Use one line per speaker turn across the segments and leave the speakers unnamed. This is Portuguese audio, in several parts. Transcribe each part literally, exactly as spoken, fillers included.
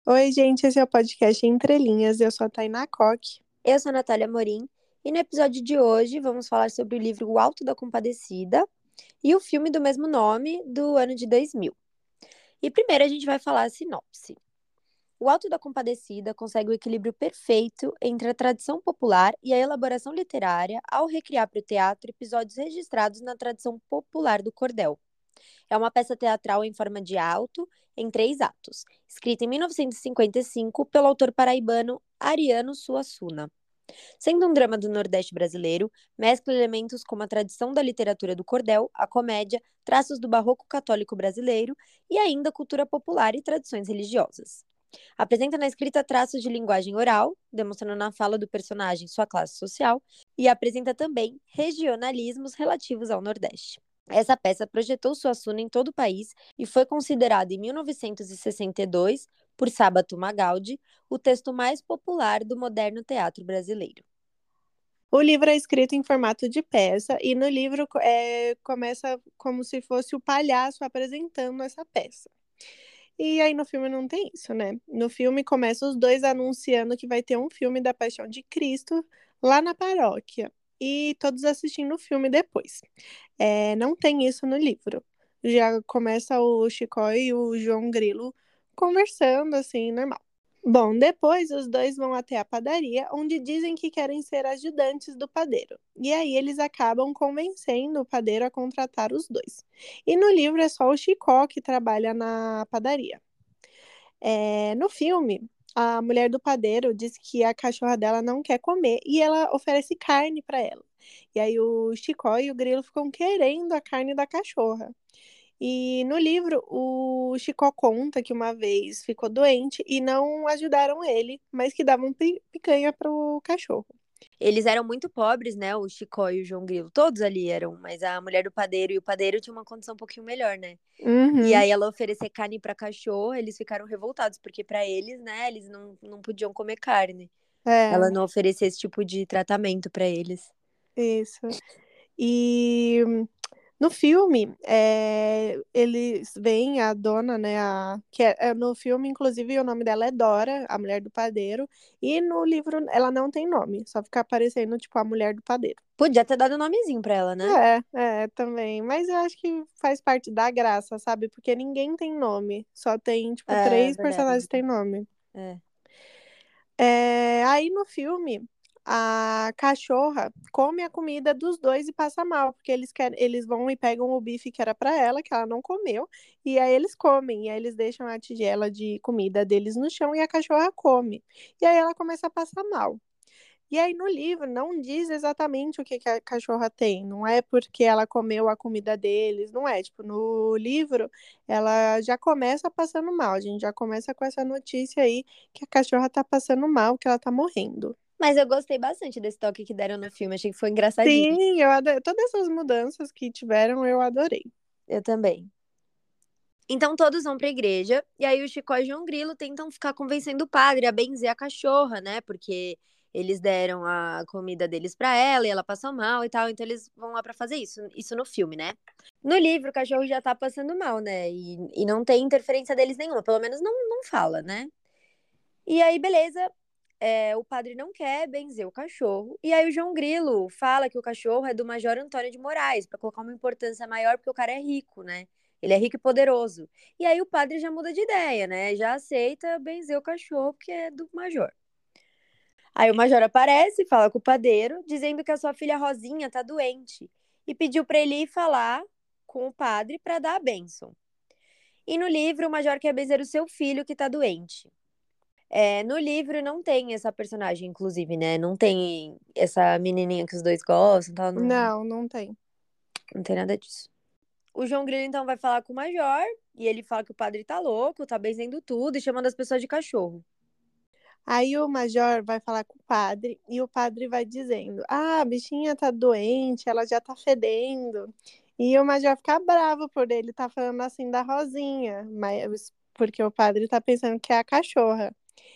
Oi, gente, esse é o podcast Entre Linhas. Eu sou a Tainá Coque.
Eu sou a Natália Morim e no episódio de hoje vamos falar sobre o livro O Alto da Compadecida e o filme do mesmo nome do ano de dois mil. E primeiro a gente vai falar a sinopse. O Alto da Compadecida consegue o equilíbrio perfeito entre a tradição popular e a elaboração literária ao recriar para o teatro episódios registrados na tradição popular do cordel. É uma peça teatral em forma de alto, em três atos, escrita em mil novecentos e cinquenta e cinco pelo autor paraibano Ariano Suassuna. Sendo um drama do Nordeste brasileiro, mescla elementos como a tradição da literatura do cordel, a comédia, traços do barroco católico brasileiro e ainda cultura popular e tradições religiosas. Apresenta na escrita traços de linguagem oral, demonstrando na fala do personagem sua classe social, e apresenta também regionalismos relativos ao Nordeste. Essa peça projetou Suassuna em todo o país e foi considerada em mil novecentos e sessenta e dois, por Sábato Magaldi, o texto mais popular do moderno teatro brasileiro.
O livro é escrito em formato de peça e no livro é, começa como se fosse o palhaço apresentando essa peça. E aí no filme não tem isso, né? No filme começa os dois anunciando que vai ter um filme da Paixão de Cristo lá na paróquia e todos assistindo o filme depois. É, não tem isso no livro. Já começa o Chicó e o João Grilo conversando assim, normal. Bom, depois os dois vão até a padaria, onde dizem que querem ser ajudantes do padeiro. E aí eles acabam convencendo o padeiro a contratar os dois. E no livro é só o Chicó que trabalha na padaria. É, no filme, a mulher do padeiro diz que a cachorra dela não quer comer e ela oferece carne para ela. E aí o Chicó e o Grilo ficam querendo a carne da cachorra. E no livro, o Chicó conta que uma vez ficou doente e não ajudaram ele, mas que davam pi- picanha pro cachorro.
Eles eram muito pobres, né? O Chicó e o João Grilo, todos ali eram, mas a mulher do padeiro e o padeiro tinham uma condição um pouquinho melhor, né? E
Uhum,
aí ela oferecer carne para cachorro, eles ficaram revoltados, porque para eles, né, eles não, não podiam comer carne.
é,
Ela não oferecia esse tipo de tratamento para eles.
isso. E no filme, é, eles veem a dona, né? A, que é, é, no filme, inclusive, o nome dela é Dora, a mulher do padeiro. E no livro ela não tem nome, só fica aparecendo, tipo, a mulher do padeiro.
Podia ter dado um nomezinho pra ela, né?
É, é, também. Mas eu acho que faz parte da graça, sabe? Porque ninguém tem nome. Só tem, tipo,
É
três
verdade.
personagens que têm nome.
É.
É, aí no filme, a cachorra come a comida dos dois e passa mal, porque eles querem, eles vão e pegam o bife que era para ela, que ela não comeu, e aí eles comem, e aí eles deixam a tigela de comida deles no chão e a cachorra come. E aí ela começa a passar mal. E aí no livro não diz exatamente o que, que a cachorra tem, não é porque ela comeu a comida deles, não é. Tipo, no livro ela já começa passando mal, a gente já começa com essa notícia aí que a cachorra tá passando mal, que ela tá morrendo.
Mas eu gostei bastante desse toque que deram no filme, achei que foi engraçadinho.
Sim, eu adorei. Todas essas mudanças que tiveram, eu adorei.
Eu também. Então todos vão pra igreja, e aí o Chicó e o João Grilo tentam ficar convencendo o padre a benzer a cachorra, né? Porque eles deram a comida deles pra ela e ela passou mal e tal, então eles vão lá pra fazer isso, isso no filme, né? No livro, o cachorro já tá passando mal, né? E, e não tem interferência deles nenhuma, pelo menos não, não fala, né? E aí, beleza, é, o padre não quer benzer o cachorro. E aí o João Grilo fala que o cachorro é do Major Antônio de Moraes, para colocar uma importância maior, porque o cara é rico, né? Ele é rico e poderoso. E aí o padre já muda de ideia, né? Já aceita benzer o cachorro, porque é do Major. Aí o Major aparece, fala com o padeiro, dizendo que a sua filha Rosinha tá doente. E pediu para ele ir falar com o padre para dar a bênção. E no livro, o Major quer benzer o seu filho que tá doente. É, no livro não tem essa personagem, inclusive, né? Não tem essa menininha que os dois gostam, tal, não,
Não, não tem.
não tem nada disso. O João Grilo então vai falar com o Major e ele fala que o padre tá louco, tá benzendo tudo e chamando as pessoas de cachorro.
Aí o major vai falar com o padre e o padre vai dizendo: Ah, a bichinha tá doente, ela já tá fedendo. E o major fica bravo por ele estar tá falando assim da Rosinha, mas porque o padre tá pensando que é a cachorra.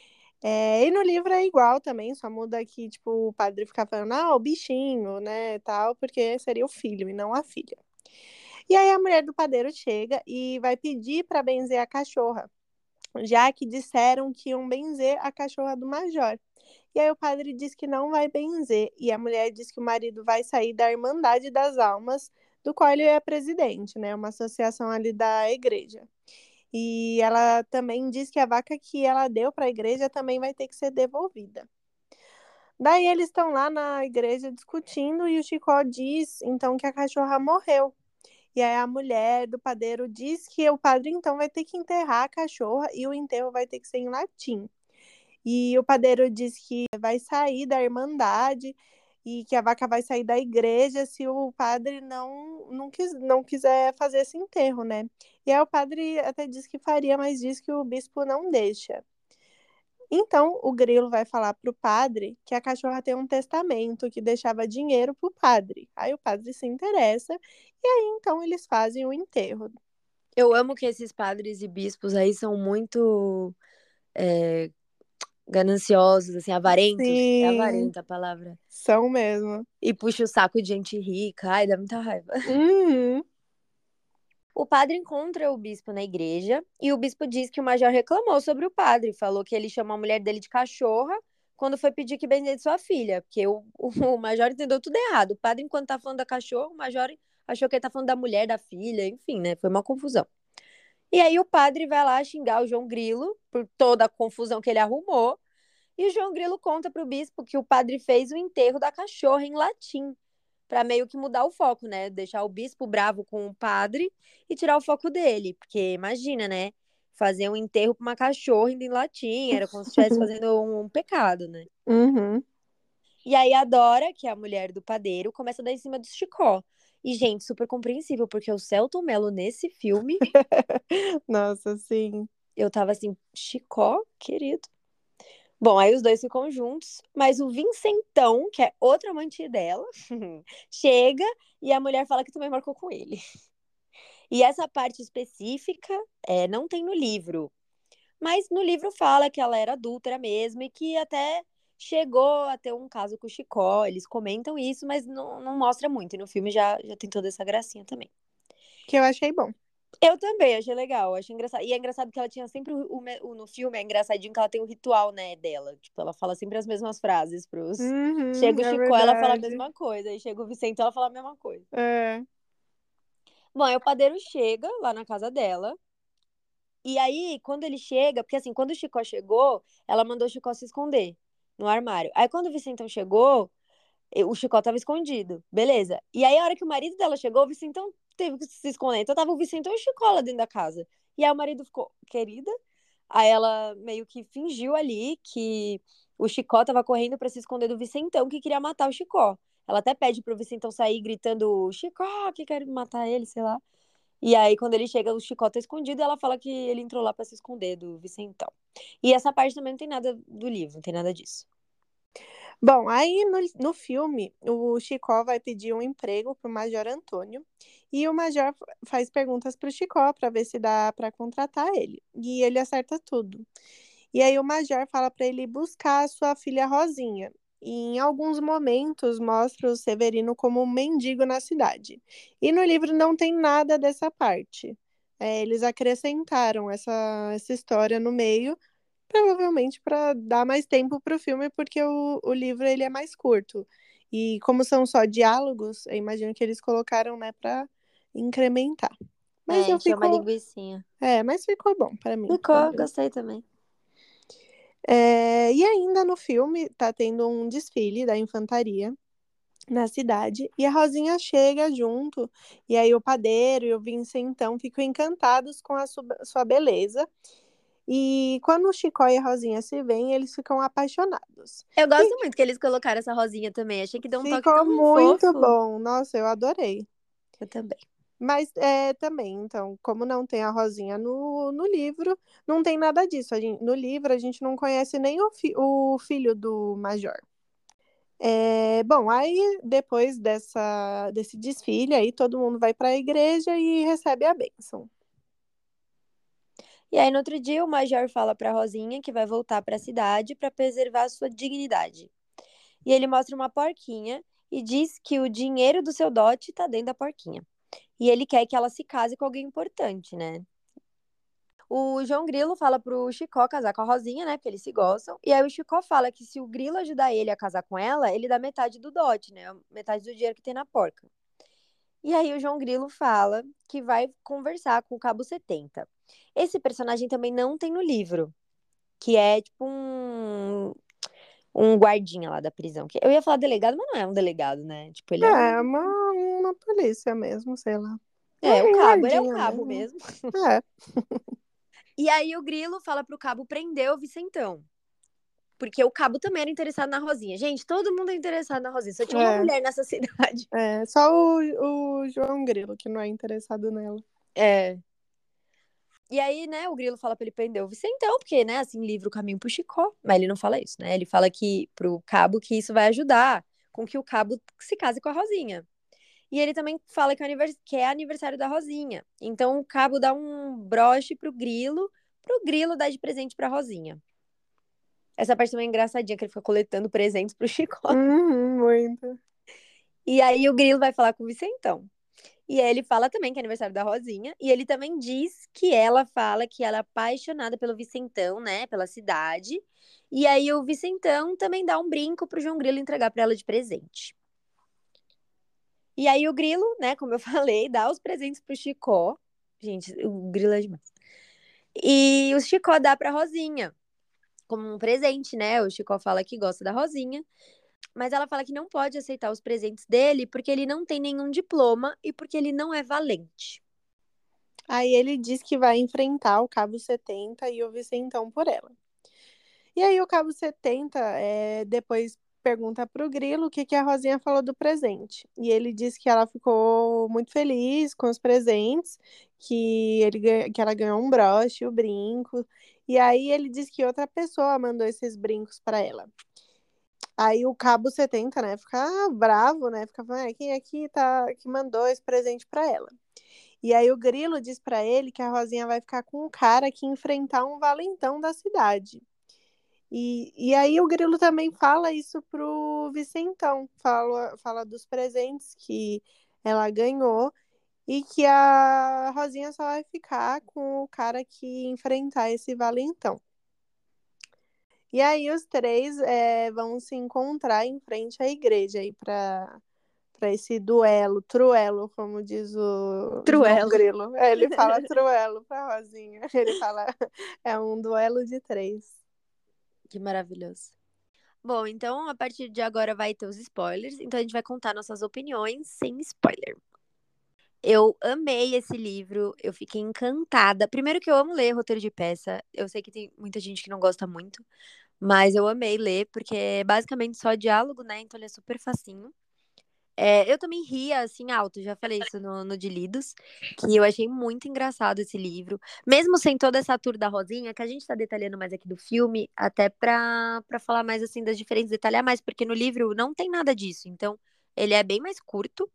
É, e no livro é igual também, só muda que, tipo, o padre fica falando, ah, o bichinho, né, tal, porque seria o filho e não a filha. E aí a mulher do padeiro chega e vai pedir para benzer a cachorra. já que disseram que iam benzer a cachorra do Major. E aí o padre diz que não vai benzer, e a mulher diz que o marido vai sair da Irmandade das Almas, do qual ele é presidente, né? Uma associação ali da igreja. E ela também diz que a vaca que ela deu para a igreja também vai ter que ser devolvida. Daí eles estão lá na igreja discutindo e o Chicó diz então que a cachorra morreu. E aí a mulher do padeiro diz que o padre então vai ter que enterrar a cachorra e o enterro vai ter que ser em latim. E o padeiro diz que vai sair da Irmandade e que a vaca vai sair da igreja se o padre não, não, quis, não quiser fazer esse enterro, né? E aí o padre até diz que faria, mas diz que o bispo não deixa. Então o grilo vai falar pro padre que a cachorra tem um testamento que deixava dinheiro pro padre. Aí o padre se interessa e aí então eles fazem o enterro.
Eu amo que esses padres e bispos aí são muito é, gananciosos, assim, avarentos. É
Sim,
avarenta a palavra.
são mesmo.
E puxa o saco de gente rica. Ai, dá muita raiva.
Uhum.
O padre encontra o bispo na igreja e o bispo diz que o major reclamou sobre o padre. Falou que ele chamou a mulher dele de cachorra quando foi pedir que benzesse sua filha. Porque o, o, o major entendeu tudo errado. O padre, enquanto tá falando da cachorra, o major achou que ele tá falando da mulher, da filha. Enfim, né? Foi uma confusão. E aí o padre vai lá xingar o João Grilo por toda a confusão que ele arrumou. E o João Grilo conta pro bispo que o padre fez o enterro da cachorra em latim, para meio que mudar o foco, né? Deixar o bispo bravo com o padre e tirar o foco dele. Porque imagina, né? Fazer um enterro pra uma cachorra em latim, era como se estivesse fazendo um, um pecado, né?
Uhum.
E aí a Dora, que é a mulher do padeiro, começa a dar em cima do Chicó. E, gente, super compreensível, porque o Selton Mello nesse filme,
Nossa, sim.
eu tava assim, Chicó, querido. Bom, aí os dois ficam juntos, mas o Vincentão, que é outro amante dela, chega e a mulher fala que também marcou com ele. E essa parte específica é, não tem no livro, mas no livro fala que ela era adúltera mesmo e que até chegou a ter um caso com o Chicó. Eles comentam isso, mas não, não mostra muito. E no filme já, já tem toda essa gracinha também.
Que eu achei bom.
Eu também achei legal, achei engraçado. E é engraçado que ela tinha sempre o, o, o- no filme, é engraçadinho que ela tem o ritual, né, dela. Tipo, ela fala sempre as mesmas frases pros.
Uhum,
Chega o
é
Chicó, ela fala a
verdade.
mesma coisa. Aí chega o Vicente, ela fala a mesma coisa.
É.
Bom, aí o padeiro chega lá na casa dela. E aí, quando ele chega, porque assim, quando o Chicó chegou, ela mandou o Chicó se esconder no armário. Aí quando o Vicentão chegou, o Chicó tava escondido. Beleza. E aí, a hora que o marido dela chegou, o Vicentão teve que se esconder. Então tava o Vicentão e o Chicó lá dentro da casa. E aí o marido ficou, querida. Aí ela meio que fingiu ali que o Chicó tava correndo pra se esconder do Vicentão, que queria matar o Chicó. Ela até pede pro Vicentão sair gritando, Chicó, que quer matar ele, sei lá. E aí, quando ele chega, o Chicó tá escondido e ela fala que ele entrou lá pra se esconder do Vicentão. E essa parte também não tem nada do livro, não tem nada disso.
Bom, aí no, no filme, o Chicó vai pedir um emprego pro Major Antônio e o Major faz perguntas pro Chicó para ver se dá para contratar ele. E ele acerta tudo. E aí o Major fala para ele buscar a sua filha Rosinha. E em alguns momentos mostra o Severino como um mendigo na cidade. E no livro não tem nada dessa parte. É, eles acrescentaram essa, essa história no meio, provavelmente para dar mais tempo para o filme, porque o, o livro ele é mais curto. E como são só diálogos, eu imagino que eles colocaram, né, para incrementar. Mas
É,
eu
encheu uma
fico,
linguicinha.
é, mas ficou bom para mim, ficou
Ficou,
bom.
gostei também.
É, e ainda no filme tá tendo um desfile da infantaria na cidade e a Rosinha chega junto e aí o padeiro e o Vincentão ficam encantados com a su- sua beleza. E quando o Chicó e a Rosinha se veem, eles ficam apaixonados.
Eu
E
gosto muito que eles colocaram essa rosinha também. Achei que deu um toque
ficou
tão
muito
fofo.
bom. Nossa, eu adorei.
Eu também.
Mas é, também, então, como não tem a Rosinha no, no livro, não tem nada disso. A gente- no livro, a gente não conhece nem o, fi- o filho do Major. É, bom, aí depois dessa, desse desfile, aí todo mundo vai para a igreja e recebe a bênção.
E aí, no outro dia, o Major fala pra Rosinha que vai voltar pra cidade pra preservar a sua dignidade. E ele mostra uma porquinha e diz que o dinheiro do seu dote tá dentro da porquinha. E ele quer que ela se case com alguém importante, né? O João Grilo fala pro Chicó casar com a Rosinha, né? Porque eles se gostam. E aí o Chicó fala que se o Grilo ajudar ele a casar com ela, ele dá metade do dote, né? Metade do dinheiro que tem na porca. E aí o João Grilo fala que vai conversar com o Cabo setenta. Esse personagem também não tem no livro, que é tipo um, um guardinha lá da prisão. Que eu ia falar delegado, mas não é um delegado, né? Tipo, ele é
É,
um.
uma, uma polícia mesmo, sei lá.
É, o
Um
cabo, ele é o
guardinha
cabo
mesmo.
mesmo.
É.
E aí o Grilo fala pro cabo prender o Vicentão. Porque o cabo também era interessado na Rosinha. Gente, todo mundo é interessado na Rosinha. Só tinha uma
É,
mulher nessa cidade.
é. Só o, o João Grilo que não é interessado nela.
É. E aí, né, o Grilo fala pra ele prender o Vicentão, porque, né, assim, livra o caminho pro Chicó. Mas ele não fala isso, né? Ele fala que pro cabo que isso vai ajudar com que o cabo se case com a Rosinha. E ele também fala que é, anivers... que é aniversário da Rosinha. Então o cabo dá um broche pro Grilo, pro Grilo dar de presente pra Rosinha. Essa parte também é engraçadinha, que ele fica coletando presentes pro Chicó.
Uhum, muito.
E aí o Grilo vai falar com o Vicentão. E aí ele fala também que é aniversário da Rosinha. E ele também diz que ela fala que ela é apaixonada pelo Vicentão, né? Pela cidade. E aí o Vicentão também dá um brinco pro João Grilo entregar pra ela de presente. E aí o Grilo, né, como eu falei, dá os presentes pro Chicó. Gente, o Grilo é demais. E o Chicó dá pra Rosinha como um presente, né? O Chicó fala que gosta da Rosinha, mas ela fala que não pode aceitar os presentes dele porque ele não tem nenhum diploma e porque ele não é valente.
Aí ele diz que vai enfrentar o Cabo setenta e o Vicentão por ela. E aí o Cabo setenta é, depois pergunta pro Grilo o que, que a Rosinha falou do presente. E ele diz que ela ficou muito feliz com os presentes, que, ele, que ela ganhou um broche, o brinco. E aí ele diz que outra pessoa mandou esses brincos para ela. Aí o Cabo setenta, né, fica bravo, né? Fica falando, ah, quem aqui tá que mandou esse presente para ela? E aí o Grilo diz para ele que a Rosinha vai ficar com um cara que enfrentar um valentão da cidade. E, e aí o Grilo também fala isso pro Vicentão, fala, fala dos presentes que ela ganhou e que a Rosinha só vai ficar com o cara que enfrentar esse valentão. E aí os três é, vão se encontrar em frente à igreja aí para para esse duelo, truelo, como diz o João
Truelo.
Grilo. É, ele fala truelo pra Rosinha. Ele fala é um duelo de três.
Que maravilhoso. Bom, então a partir de agora vai ter os spoilers, então a gente vai contar nossas opiniões sem spoiler. Eu amei esse livro, eu fiquei encantada. Primeiro que eu amo ler roteiro de peça, eu sei que tem muita gente que não gosta muito, mas eu amei ler, porque é basicamente só diálogo, né? Então ele é super facinho. É, eu também ria, assim, alto, já falei isso no, no de Lidos, que eu achei muito engraçado esse livro. Mesmo sem toda essa tour da Rosinha, que a gente tá detalhando mais aqui do filme, até pra, pra falar mais, assim, das diferenças, detalhar mais, porque no livro não tem nada disso. Então, ele é bem mais curto,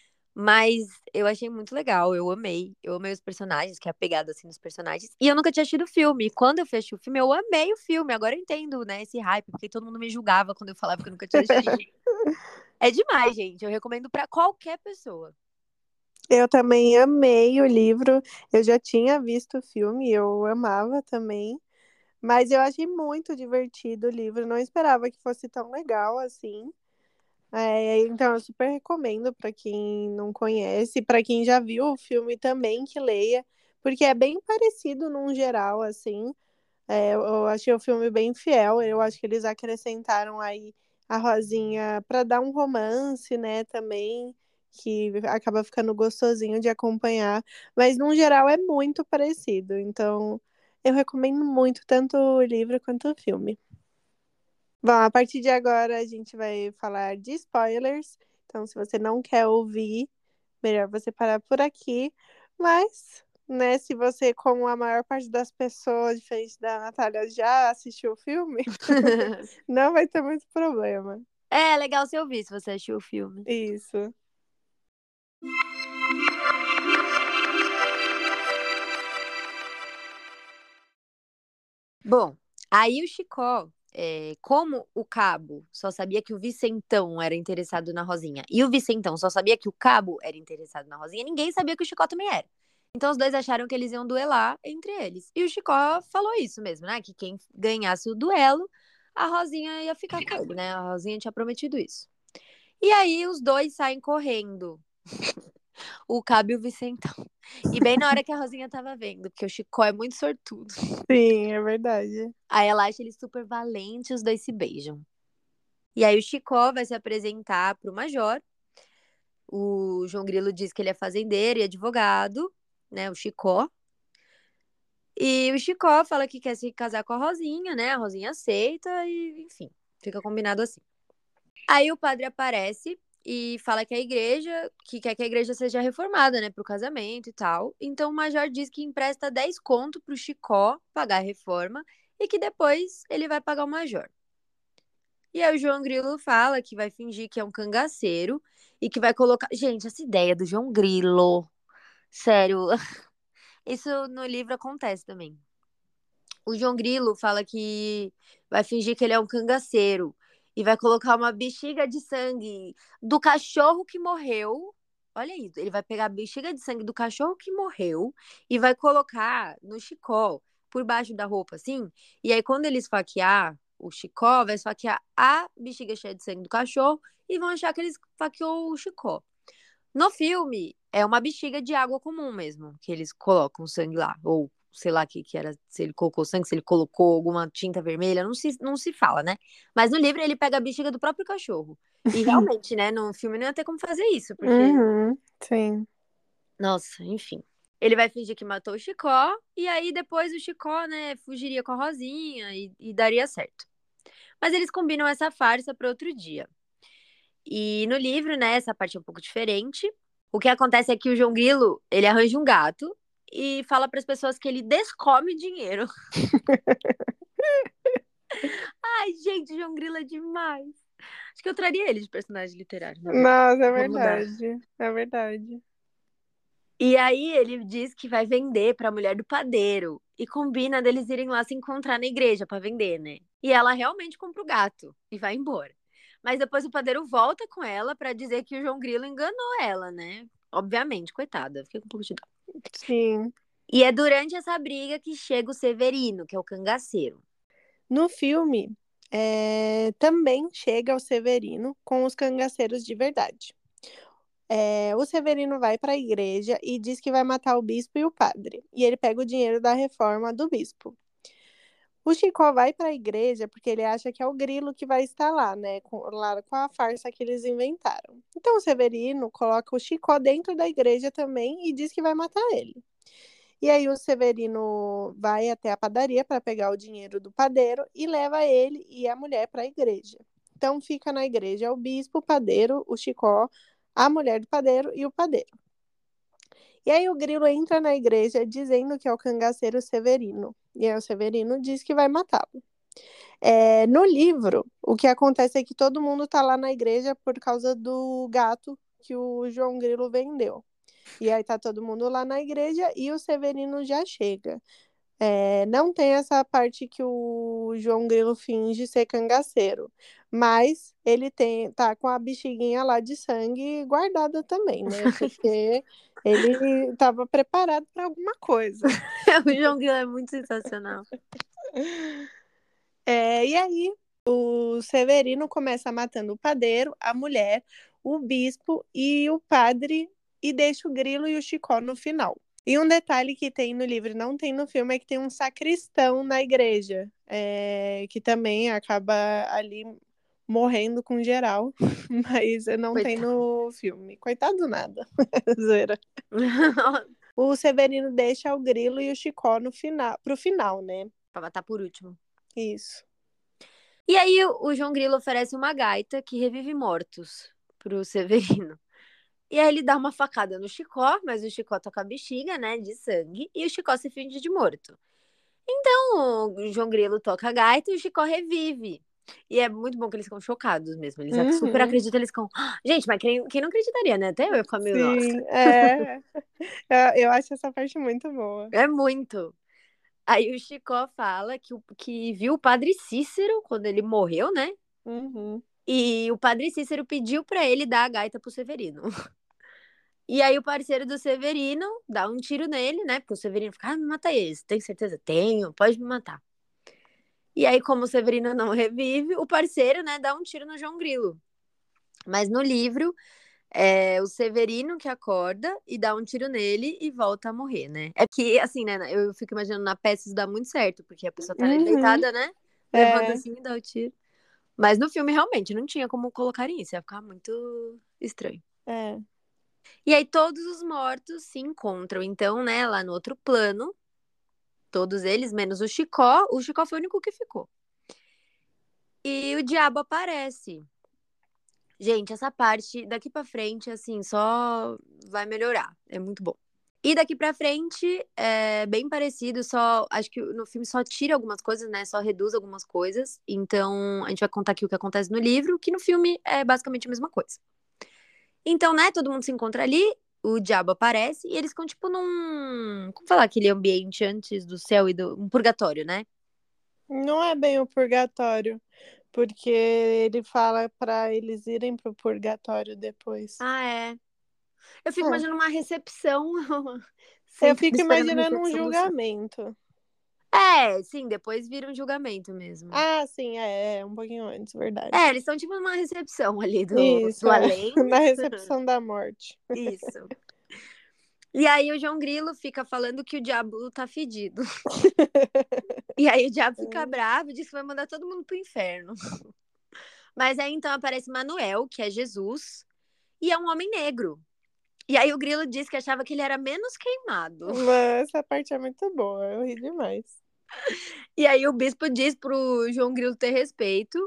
mas eu achei muito legal, eu amei. Eu amei os personagens, que é a pegada, assim, dos personagens. E eu nunca tinha assistido o filme. Quando eu fui assistir o filme, eu amei o filme. Agora eu entendo, né, esse hype, porque todo mundo me julgava quando eu falava que eu nunca tinha assistido. É demais, gente. Eu recomendo pra qualquer pessoa.
Eu também amei o livro. Eu já tinha visto o filme, eu amava também. Mas eu achei muito divertido o livro. Não esperava que fosse tão legal assim. É, então, eu super recomendo para quem não conhece, para quem já viu o filme também que leia, porque é bem parecido num geral, assim. É, eu eu achei o filme bem fiel. Eu acho que eles acrescentaram aí a Rosinha para dar um romance, né, também, que acaba ficando gostosinho de acompanhar. Mas, no geral, é muito parecido. Então, eu recomendo muito tanto o livro quanto o filme. Bom, a partir de agora a gente vai falar de spoilers. Então, se você não quer ouvir, melhor você parar por aqui. Mas, né, se você, como a maior parte das pessoas, diferente da Natália, já assistiu o filme, não vai ter muito problema.
É legal se ouvir se você assistiu o filme.
Isso.
Bom, aí o Chicó, é, como o Cabo só sabia que o Vicentão era interessado na Rosinha e o Vicentão só sabia que o Cabo era interessado na Rosinha, ninguém sabia que o Chicó também era. Então os dois acharam que eles iam duelar entre eles. E o Chicó falou isso mesmo, né? Que quem ganhasse o duelo, a Rosinha ia ficar com ele, né? A Rosinha tinha prometido isso. E aí os dois saem correndo. O Cabo e o Vicentão. E bem na hora que a Rosinha tava vendo, porque o Chicó é muito sortudo.
Sim, é verdade.
Aí ela acha ele super valente e os dois se beijam. E aí o Chicó vai se apresentar pro Major. O João Grilo diz que ele é fazendeiro e advogado, né? O Chicó. E o Chicó fala que quer se casar com a Rosinha, né? A Rosinha aceita e, enfim, fica combinado assim. Aí o padre aparece e fala que a igreja, que quer que a igreja seja reformada, né, pro casamento e tal. Então o Major diz que empresta dez conto pro Chicó pagar a reforma e que depois ele vai pagar o Major. E aí o João Grilo fala que vai fingir que é um cangaceiro e que vai colocar... Gente, essa ideia do João Grilo, sério, isso no livro acontece também. O João Grilo fala que vai fingir que ele é um cangaceiro e vai colocar uma bexiga de sangue do cachorro que morreu. Olha isso, ele vai pegar a bexiga de sangue do cachorro que morreu e vai colocar no Chicó, por baixo da roupa, assim. E aí, quando ele esfaquear o Chicó, vai esfaquear a bexiga cheia de sangue do cachorro e vão achar que ele esfaqueou o Chicó. No filme, é uma bexiga de água comum mesmo, que eles colocam sangue lá. Ou sei lá que, que era, se ele colocou sangue, se ele colocou alguma tinta vermelha, não se, não se fala, né? Mas no livro ele pega a bexiga do próprio cachorro. E realmente, né, no filme não ia ter como fazer isso, porque,
Uhum, sim.
nossa, enfim. Ele vai fingir que matou o Chicó, e aí depois o Chicó, né, fugiria com a Rosinha e, e daria certo. Mas eles combinam essa farsa para outro dia. E no livro, né, essa parte é um pouco diferente. O que acontece é que o João Grilo, ele arranja um gato e fala para as pessoas que ele descome dinheiro. Ai, gente, o João Grilo é demais. Acho que eu traria ele de personagem literário, na verdade.
Nossa, é
Vou mudar.
verdade. É verdade.
E aí ele diz que vai vender para a mulher do padeiro e combina deles irem lá se encontrar na igreja para vender, né? E ela realmente compra o gato e vai embora. Mas depois o padeiro volta com ela para dizer que o João Grilo enganou ela, né? Obviamente, coitada, fiquei com um pouco de dó.
Sim.
E é durante essa briga que chega o Severino, que é o cangaceiro.
No filme, é, também chega o Severino com os cangaceiros de verdade. É, o Severino vai para a igreja e diz que vai matar o bispo e o padre. E ele pega o dinheiro da reforma do bispo. O Chicó vai para a igreja porque ele acha que é o Grilo que vai estar lá, né? Com, lá com a farsa que eles inventaram. Então o Severino coloca o Chicó dentro da igreja também e diz que vai matar ele. E aí o Severino vai até a padaria para pegar o dinheiro do padeiro e leva ele e a mulher para a igreja. Então fica na igreja o bispo, o padeiro, o Chicó, a mulher do padeiro e o padeiro. E aí o Grilo entra na igreja dizendo que é o cangaceiro Severino. E aí o Severino diz que vai matá-lo. É, no livro, o que acontece é que todo mundo tá lá na igreja por causa do gato que o João Grilo vendeu. E aí tá todo mundo lá na igreja e o Severino já chega. É, não tem essa parte que o João Grilo finge ser cangaceiro, mas ele tem, tá com a bexiguinha lá de sangue guardada também, né? Porque ele estava preparado para alguma coisa.
O João Grilo é muito sensacional.
É, e aí o Severino começa matando o padeiro, a mulher, o bispo e o padre e deixa o Grilo e o Chicó no final. E um detalhe que tem no livro, não tem no filme, é que tem um sacristão na igreja, é, que também acaba ali morrendo com geral, mas não tem
Coitado.
no filme. Coitado do nada. Zoeira. O Severino deixa o Grilo e o Chicó no final, pro final, né?
Pra matar por último.
Isso.
E aí o João Grilo oferece uma gaita que revive mortos pro Severino. E aí ele dá uma facada no Chicó, mas o Chicó tá com a bexiga, né, de sangue, e o Chicó se finge de morto. Então o João Grilo toca a gaita e o Chicó revive. E é muito bom que eles ficam chocados mesmo. Eles super
Uhum.
acreditam, eles ficam. "Ah, gente, mas quem, quem não acreditaria, né? Até eu ia ficar meio, nossa.
Sim, é. Eu, eu acho essa parte muito boa.
É muito. Aí o Chicó fala que, o- que viu o padre Cícero quando ele morreu, né?
Uhum.
E o padre Cícero pediu pra ele dar a gaita pro Severino. E aí o parceiro do Severino dá um tiro nele, né? Porque o Severino fica, ah, me mata esse. Tem certeza? Tenho, pode me matar. E aí, como o Severino não revive, o parceiro, né, dá um tiro no João Grilo. Mas no livro, é o Severino que acorda e dá um tiro nele e volta a morrer, né? É que, assim, né, eu fico imaginando na peça isso dá muito certo, porque a pessoa tá ali
Uhum,
deitada, né? Levanta
é,
assim e dá o tiro. Mas no filme, realmente, não tinha como colocar isso, ia ficar muito estranho.
é.
E aí todos os mortos se encontram, então, né, lá no outro plano, todos eles, menos o Chicó. O Chicó foi o único que ficou. E o diabo aparece. Gente, essa parte daqui pra frente, assim, só vai melhorar. É muito bom. E daqui pra frente é bem parecido, só acho que no filme só tira algumas coisas, né? Só reduz algumas coisas. Então, a gente vai contar aqui o que acontece no livro, que no filme é basicamente a mesma coisa. Então, né, todo mundo se encontra ali, o diabo aparece e eles ficam tipo num, como falar aquele ambiente antes do céu e do um purgatório, né?
Não é bem o purgatório, porque ele fala pra eles irem pro purgatório depois.
Ah, é. Eu fico
É.
imaginando uma recepção,
Eu
sentado
fico
esperando a
imaginando um
recepção do céu.
julgamento.
É, sim, depois vira um julgamento mesmo.
Ah, sim, é, é um pouquinho antes,
É,
verdade.
eles estão tipo numa recepção ali do,
Isso,
do
é.
além.
Na recepção da morte.
Isso. E aí o João Grilo fica falando que o diabo tá fedido. E aí o diabo fica bravo e diz que vai mandar todo mundo pro inferno. Mas aí então aparece Manuel, que é Jesus, e é um homem negro. E aí o Grilo disse que achava que ele era menos queimado.
Mas essa parte é muito boa, eu ri demais.
E aí o bispo diz pro João Grilo ter respeito.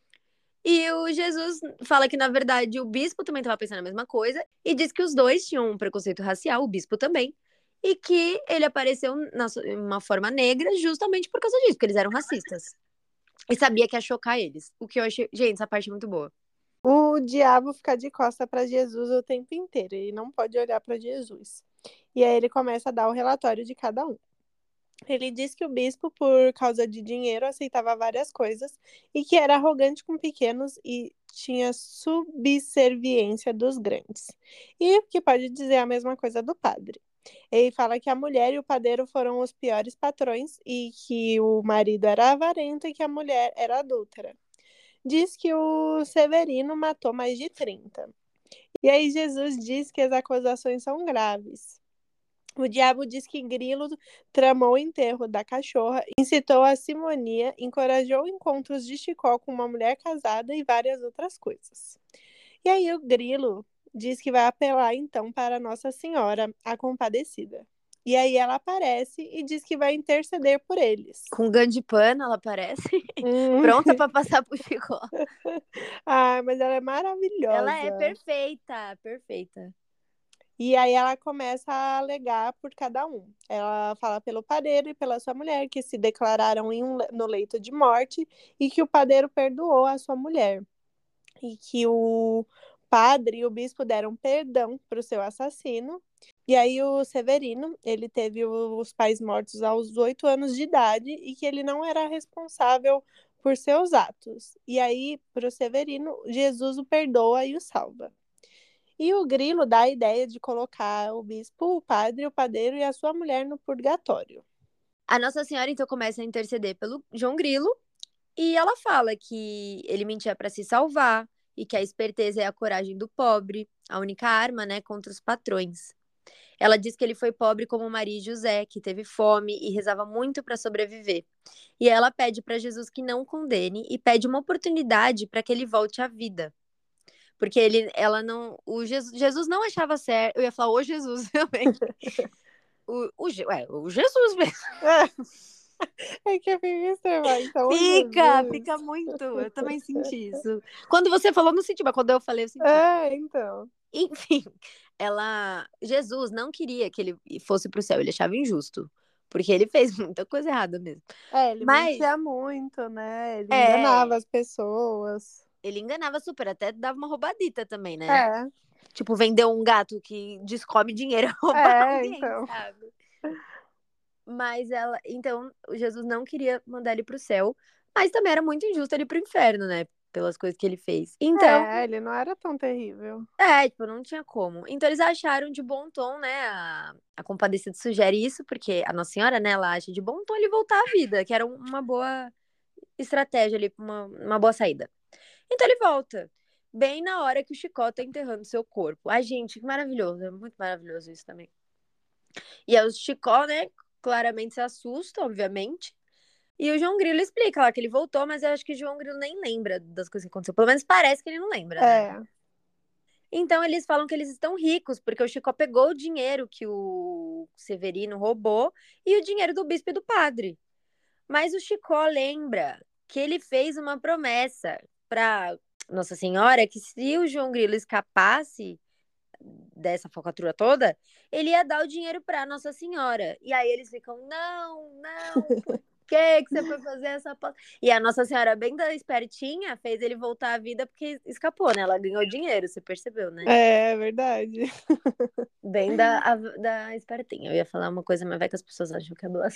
E o Jesus fala que, na verdade, o bispo também estava pensando a mesma coisa. E diz que os dois tinham um preconceito racial, o bispo também. E que ele apareceu na, em uma forma negra justamente por causa disso, porque eles eram racistas. E sabia que ia chocar eles. O que eu achei. Gente, essa parte é muito boa.
O diabo fica de costa para Jesus o tempo inteiro, ele não pode olhar para Jesus. E aí ele começa a dar o relatório de cada um. Ele diz que o bispo, por causa de dinheiro, aceitava várias coisas e que era arrogante com pequenos e tinha subserviência dos grandes. E que pode dizer a mesma coisa do padre. Ele fala que a mulher e o padeiro foram os piores patrões e que o marido era avarento e que a mulher era adúltera. Diz que o Severino matou mais de trinta. E aí Jesus diz que as acusações são graves. O diabo diz que Grilo tramou o enterro da cachorra, incitou a simonia, encorajou encontros de Chicó com uma mulher casada e várias outras coisas. E aí o Grilo diz que vai apelar então para Nossa Senhora, a Compadecida. E aí ela aparece e diz que vai interceder por eles.
Com ganho de pano, ela aparece,
Hum.
pronta para passar pro Chicó.
Ah, mas ela é
Ela é
maravilhosa.
perfeita, perfeita.
E aí ela começa a alegar por cada um. Ela fala pelo padeiro e pela sua mulher, que se declararam em um, no leito de morte e que o padeiro perdoou a sua mulher. E que o padre e o bispo deram perdão para o seu assassino. E aí o Severino, ele teve os pais mortos aos oito anos de idade e que ele não era responsável por seus atos. E aí, para o Severino, Jesus o perdoa e o salva. E o Grilo dá a ideia de colocar o bispo, o padre, o padeiro e a sua mulher no purgatório.
A Nossa Senhora então começa a interceder pelo João Grilo e ela fala que ele mentia para se salvar e que a esperteza é a coragem do pobre, a única arma, né, contra os patrões. Ela diz que ele foi pobre como Maria e José, que teve fome e rezava muito para sobreviver. E ela pede para Jesus que não condene e pede uma oportunidade para que ele volte à vida. Porque ele, ela não, o Jesus, Jesus não achava certo. Eu ia falar o Jesus também. O, o, é, o Jesus mesmo.
É que eu fiquei estranho, então o
Fica,
Jesus.
fica muito. Eu também senti isso. Quando você falou, não senti, mas quando eu falei, eu senti.
É, então.
Enfim, ela. Jesus não queria que ele fosse pro céu, ele achava injusto. Porque ele fez muita coisa errada mesmo.
É, ele
Mas,
mentia muito, né? Ele enganava
é.
as pessoas.
Ele enganava super, até dava uma roubadita também, né?
É,
Tipo, vender um gato que descobre dinheiro e roubar
é,
alguém,
então.
sabe? Mas ela. Então, Jesus não queria mandar ele pro céu. Mas também era muito injusto ele ir pro inferno, né? pelas coisas que ele fez. Então,
É, ele não era tão terrível.
é, tipo, não tinha como. Então eles acharam de bom tom, né? A, a Compadecida sugere isso, porque a Nossa Senhora, né, ela acha de bom tom ele voltar à vida, que era uma boa estratégia ali, uma, uma boa saída. Então ele volta. Bem na hora que o Chicó tá enterrando seu corpo. Ai, gente, que maravilhoso. É muito maravilhoso isso também. E aí o Chicó, né, claramente se assusta, obviamente. E o João Grilo explica lá que ele voltou, mas eu acho que o João Grilo nem lembra das coisas que aconteceu. Pelo menos parece que ele não lembra, né?
É.
Então eles falam que eles estão ricos, porque o Chicó pegou o dinheiro que o Severino roubou e o dinheiro do bispo e do padre. Mas o Chicó lembra que ele fez uma promessa para Nossa Senhora que se o João Grilo escapasse dessa falcatrua toda, ele ia dar o dinheiro para Nossa Senhora. E aí eles ficam, não, não, por que que você foi fazer essa aposta? E a Nossa Senhora, bem da espertinha, fez ele voltar à vida porque escapou, né? Ela ganhou dinheiro, você percebeu, né?
É verdade.
Bem da, a, da espertinha. Eu ia falar uma coisa, mas vai que as pessoas acham que é duas.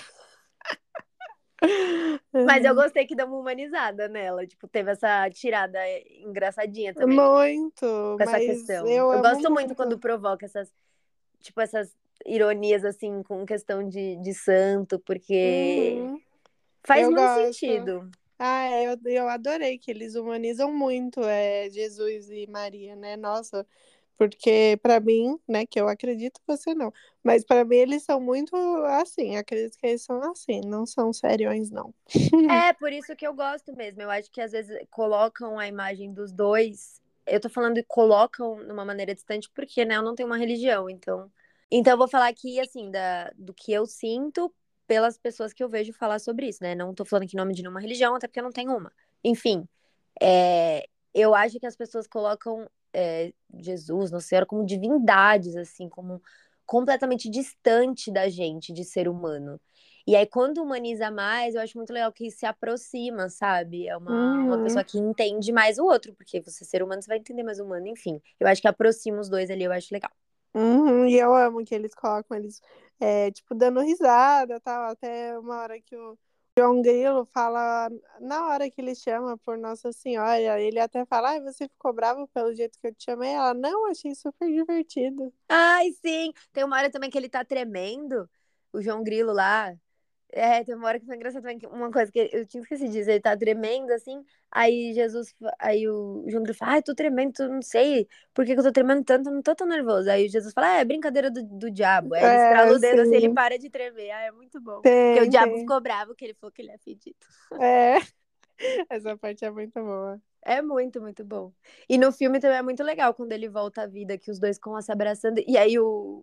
Mas eu gostei que deu uma humanizada nela. Tipo, teve essa tirada engraçadinha também
Muito,
com essa
mas
questão.
eu
Eu
amo
gosto muito quando
muito.
provoca essas, tipo, essas ironias, assim, com questão de, de santo, porque
Uhum,
faz
eu
muito
gosto.
sentido.
Ah, é, eu, eu adorei que eles humanizam muito é, Jesus e Maria, né? Nossa, porque pra mim, né, que eu acredito, você não, mas pra mim eles são muito assim, acredito que eles são assim, não são seriões, não.
É, por isso que eu gosto mesmo. Eu acho que às vezes colocam a imagem dos dois. Eu tô falando e colocam numa maneira distante porque, né, eu não tenho uma religião, então. Então eu vou falar aqui, assim, da, do que eu sinto pelas pessoas que eu vejo falar sobre isso, né? Não tô falando aqui em nome de nenhuma religião, até porque eu não tenho uma. Enfim, é, eu acho que as pessoas colocam é, Jesus, Nossa Senhora, como divindades, assim, como completamente distante da gente, de ser humano. E aí, quando humaniza mais, eu acho muito legal que se aproxima, sabe? É uma, uma
Uhum,
pessoa que entende mais o outro, porque você ser humano, você vai entender mais o humano, enfim. Eu acho que aproxima os dois ali, eu acho legal.
uhum, e eu amo que eles colocam eles, é, tipo, dando risada, tal, até uma hora que o João Grilo fala, na hora que ele chama por Nossa Senhora, ele até fala, ai, você ficou bravo pelo jeito que eu te chamei? Ela, não, achei super divertido.
Ai, sim! Tem uma hora também que ele tá tremendo, o João Grilo lá. É, tem uma hora que foi engraçado também, que uma coisa que eu tinha esquecido de dizer, ele tá tremendo assim, aí Jesus, aí o João Grilo fala, ai, tô tremendo, eu não sei por que que eu tô tremendo tanto, eu não tô tão nervoso. Aí Jesus fala, ah, é brincadeira do, do diabo. Aí ele estrala
É,
o dedo assim, ele
sim,
para de tremer. Ah, é muito bom. Porque o
tem,
diabo
tem.
ficou bravo, que ele falou que ele é fedido.
É, essa parte é muito boa.
É muito, muito bom. E no filme também é muito legal quando ele volta à vida, que os dois ficam lá se abraçando. E aí o,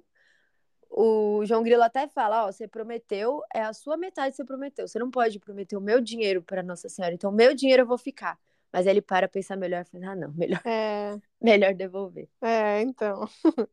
o João Grilo até fala: Ó, você prometeu, é a sua metade que você prometeu. Você não pode prometer o meu dinheiro para Nossa Senhora, então o meu dinheiro eu vou ficar. Mas aí ele para pensar melhor e fala: Ah, não, melhor,
É,
melhor devolver.
é, então.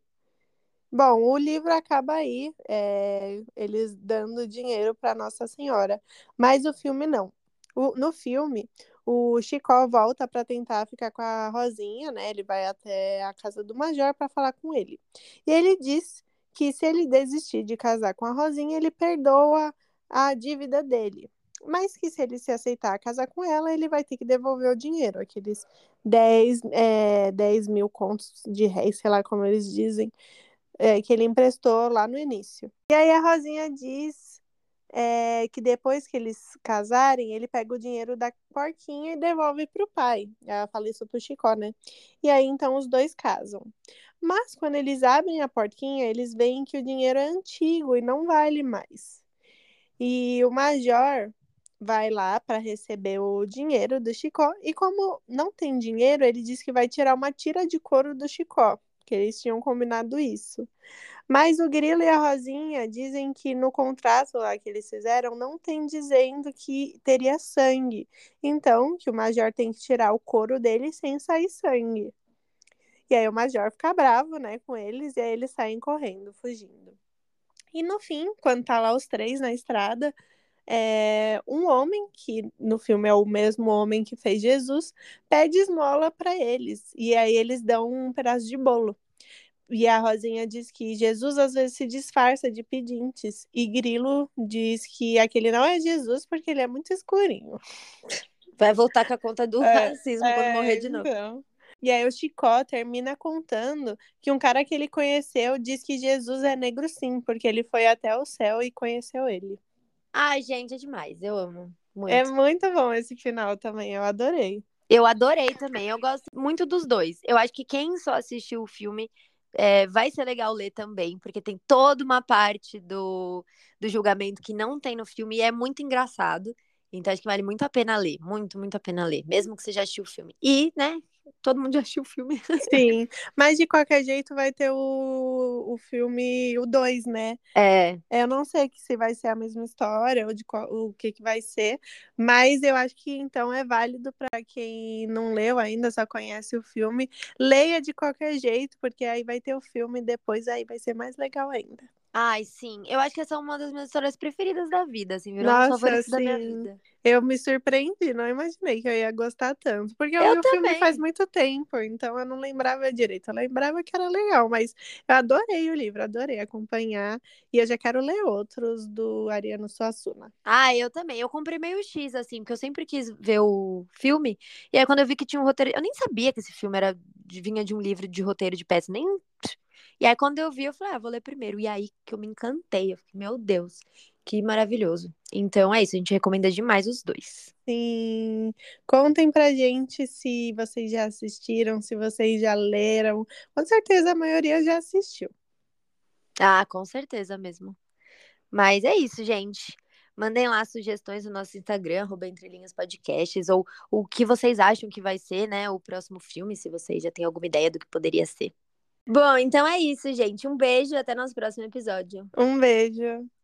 Bom, o livro acaba aí, é, eles dando dinheiro para Nossa Senhora, mas o filme não. O- no filme, o Chicó volta para tentar ficar com a Rosinha, né? Ele vai até a casa do Major para falar com ele. E ele diz que se ele desistir de casar com a Rosinha, ele perdoa a dívida dele. Mas que se ele se aceitar casar com ela, ele vai ter que devolver o dinheiro, aqueles dez é, dez mil contos de réis, sei lá como eles dizem é, que ele emprestou lá no início. E aí a Rosinha diz é, que depois que eles casarem, ele pega o dinheiro da porquinha e devolve para o pai. Ela fala isso pro Chicó, né? E aí então os dois casam. Mas quando eles abrem a porquinha, eles veem que o dinheiro é antigo e não vale mais. E o Major vai lá para receber o dinheiro do Chicó. E como não tem dinheiro, ele diz que vai tirar uma tira de couro do Chicó, que eles tinham combinado isso. Mas o Grilo e a Rosinha dizem que no contrato lá que eles fizeram não tem dizendo que teria sangue. Então, que o Major tem que tirar o couro dele sem sair sangue. E aí o Major fica bravo, né, com eles, e aí eles saem correndo, fugindo. E no fim, quando tá lá os três na estrada, é, um homem, que no filme é o mesmo homem que fez Jesus, pede esmola para eles. E aí eles dão um pedaço de bolo. E a Rosinha diz que Jesus às vezes se disfarça de pedintes. E Grilo diz que aquele não é Jesus porque ele é muito escurinho.
Vai voltar com a conta do
É,
racismo quando morrer
é,
de novo.
então. E aí o Chicó termina contando que um cara que ele conheceu diz que Jesus é negro sim, porque ele foi até o céu e conheceu ele.
Ai, gente, é demais. Eu amo
É
muito.
muito bom esse final também, eu adorei.
Eu adorei também. Eu gosto muito dos dois. Eu acho que quem só assistiu o filme é, vai ser legal ler também, porque tem toda uma parte do, do julgamento que não tem no filme e é muito engraçado. Então acho que vale muito a pena ler. Muito, muito a pena ler. Mesmo que você já assistiu o filme. E, né, todo mundo já assistiu o filme.
Sim, mas de qualquer jeito vai ter o, o filme, o dois, né?
É.
Eu não sei que se vai ser a mesma história ou de qual, o que que vai ser, mas eu acho que então é válido para quem não leu ainda, só conhece o filme, leia de qualquer jeito, porque aí vai ter o filme e depois aí vai ser mais legal ainda.
Ai, sim. Eu acho que essa é uma das minhas histórias preferidas da vida, assim, virou um dos
Nossa,
favoritos da minha
assim,
vida.
eu me surpreendi, não imaginei que eu ia gostar tanto, porque eu
Eu
vi o filme faz
também.
muito tempo, então eu não lembrava direito. Eu lembrava que era legal, mas eu adorei o livro, adorei acompanhar, e eu já quero ler outros do Ariano Suassuna.
Ah, eu também. Eu comprei meio X, assim, porque eu sempre quis ver o filme. E aí, quando eu vi que tinha um roteiro. Eu nem sabia que esse filme era de- vinha de um livro de roteiro de peça. Nem. E aí, quando eu vi, eu falei, ah, vou ler primeiro. E aí que eu me encantei. Eu fiquei, meu Deus, que maravilhoso. Então é isso, a gente recomenda demais os dois.
Sim, contem pra gente se vocês já assistiram, se vocês já leram. Com certeza a maioria já assistiu.
Ah, com certeza mesmo. Mas é isso, gente. Mandem lá sugestões no nosso Instagram, arroba Entre Linhas Podcasts, ou o que vocês acham que vai ser, né, o próximo filme, se vocês já têm alguma ideia do que poderia ser. Bom, então é isso, gente. Um beijo e até nosso próximo episódio.
Um beijo.